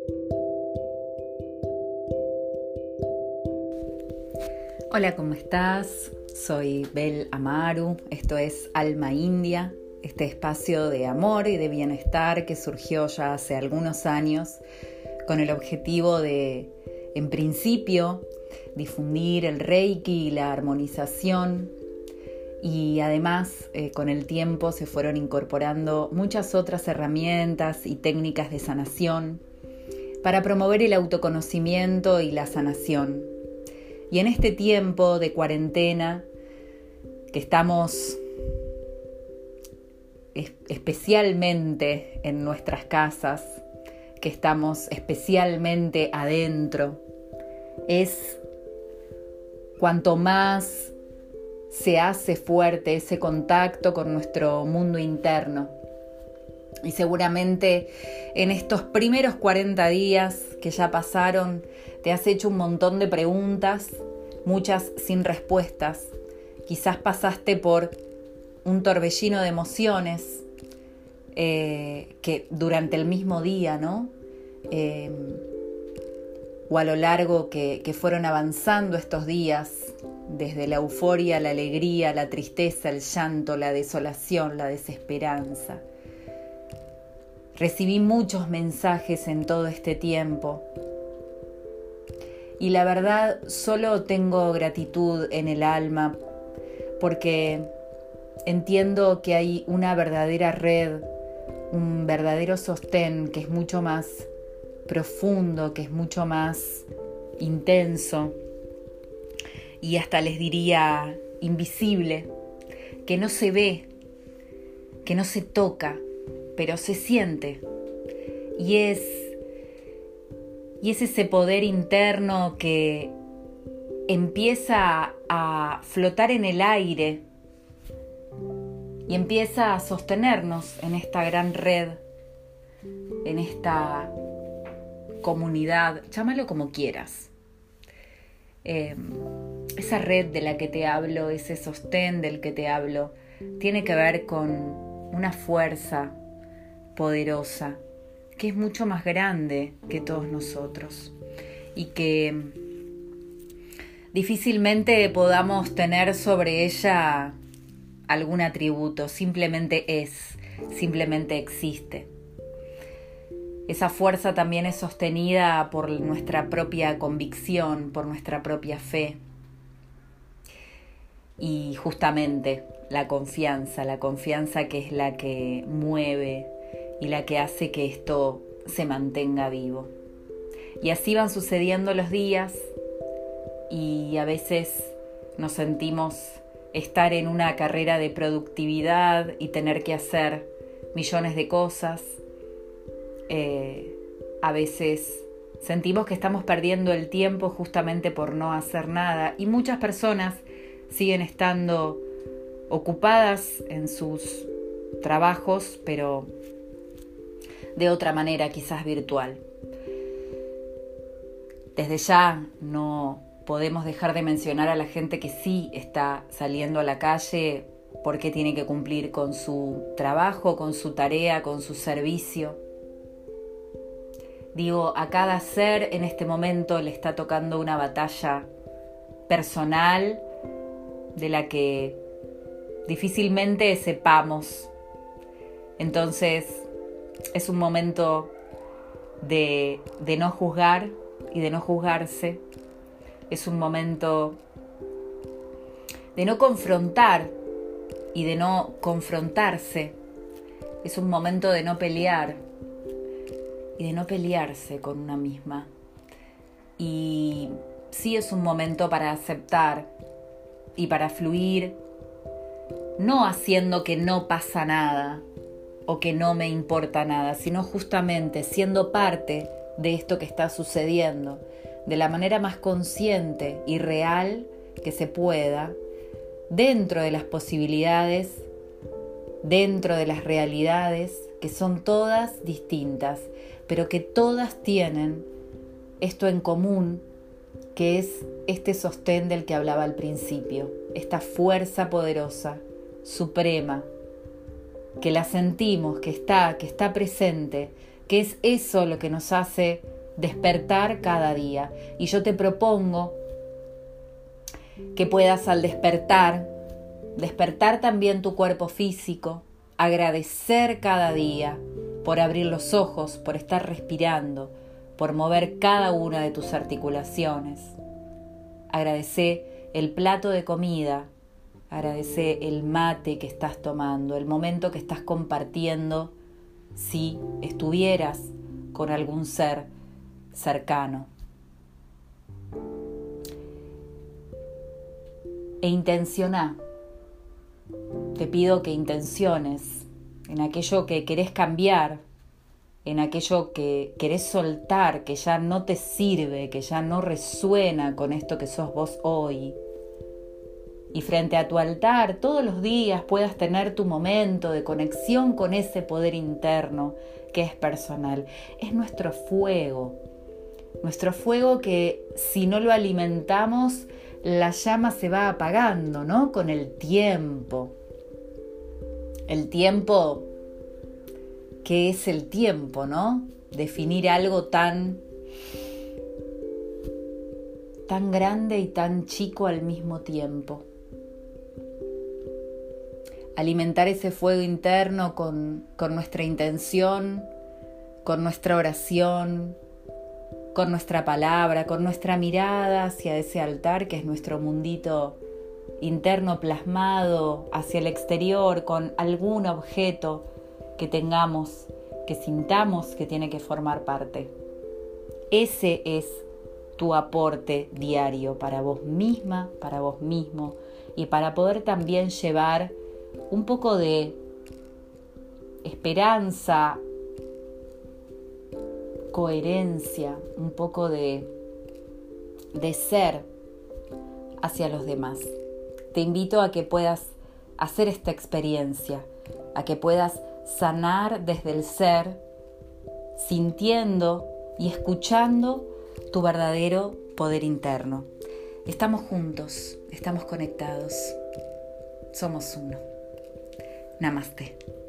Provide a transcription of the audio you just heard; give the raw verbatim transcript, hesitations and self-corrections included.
Hola, ¿cómo estás? Soy Bel Amaru, esto es Alma India, este espacio de amor y de bienestar que surgió ya hace algunos años con el objetivo de, en principio, difundir el Reiki y la armonización, y además eh, con el tiempo se fueron incorporando muchas otras herramientas y técnicas de sanación para promover el autoconocimiento y la sanación. Y en este tiempo de cuarentena, que estamos es- especialmente en nuestras casas, que estamos especialmente adentro, es cuanto más se hace fuerte ese contacto con nuestro mundo interno. Y seguramente en estos primeros cuarenta días que ya pasaron, te has hecho un montón de preguntas, muchas sin respuestas. Quizás pasaste por un torbellino de emociones eh, que durante el mismo día, ¿no? Eh, o a lo largo que, que fueron avanzando estos días, desde la euforia, la alegría, la tristeza, el llanto, la desolación, la desesperanza. Recibí muchos mensajes en todo este tiempo y la verdad solo tengo gratitud en el alma porque entiendo que hay una verdadera red, un verdadero sostén que es mucho más profundo, que es mucho más intenso y hasta les diría invisible, que no se ve, que no se toca, pero se siente, y es, y es ese poder interno que empieza a flotar en el aire y empieza a sostenernos en esta gran red, en esta comunidad, llámalo como quieras. Eh, esa red de la que te hablo, ese sostén del que te hablo, tiene que ver con una fuerza poderosa, que es mucho más grande que todos nosotros y que difícilmente podamos tener sobre ella algún atributo, simplemente es, simplemente existe. Esa fuerza también es sostenida por nuestra propia convicción, por nuestra propia fe y justamente la confianza, la confianza que es la que mueve y la que hace que esto se mantenga vivo. Y así van sucediendo los días y a veces nos sentimos estar en una carrera de productividad y tener que hacer millones de cosas. Eh, a veces sentimos que estamos perdiendo el tiempo justamente por no hacer nada y muchas personas siguen estando ocupadas en sus trabajos, pero de otra manera, quizás virtual. Desde ya no podemos dejar de mencionar a la gente que sí está saliendo a la calle porque tiene que cumplir con su trabajo, con su tarea, con su servicio. Digo, a cada ser en este momento le está tocando una batalla personal de la que difícilmente sepamos. Entonces, es un momento de, de no juzgar y de no juzgarse. Es un momento de no confrontar y de no confrontarse. Es un momento de no pelear y de no pelearse con una misma. Y sí es un momento para aceptar y para fluir, no haciendo que no pasa nada o que no me importa nada, sino justamente siendo parte de esto que está sucediendo, de la manera más consciente y real que se pueda, dentro de las posibilidades, dentro de las realidades, que son todas distintas, pero que todas tienen esto en común, que es este sostén del que hablaba al principio, esta fuerza poderosa, suprema, que la sentimos, que está, que está presente, que es eso lo que nos hace despertar cada día. Y yo te propongo que puedas al despertar, despertar también tu cuerpo físico, agradecer cada día por abrir los ojos, por estar respirando, por mover cada una de tus articulaciones. Agradece el plato de comida, agradece el mate que estás tomando, el momento que estás compartiendo si estuvieras con algún ser cercano. E intencioná. Te pido que intenciones en aquello que querés cambiar, en aquello que querés soltar, que ya no te sirve, que ya no resuena con esto que sos vos hoy. Y frente a tu altar todos los días puedas tener tu momento de conexión con ese poder interno que es personal. Es nuestro fuego, nuestro fuego que si no lo alimentamos, la llama se va apagando, ¿no? Con el tiempo. El tiempo, ¿qué es el tiempo, no? Definir algo tan, tan grande y tan chico al mismo tiempo. Alimentar ese fuego interno con, con nuestra intención, con nuestra oración, con nuestra palabra, con nuestra mirada hacia ese altar que es nuestro mundito interno plasmado hacia el exterior, con algún objeto que tengamos, que sintamos que tiene que formar parte. Ese es tu aporte diario para vos misma, para vos mismo, y para poder también llevar un poco de esperanza, coherencia, un poco de, de ser hacia los demás. Te invito a que puedas hacer esta experiencia, a que puedas sanar desde el ser, sintiendo y escuchando tu verdadero poder interno. Estamos juntos, estamos conectados, somos uno. Namaste.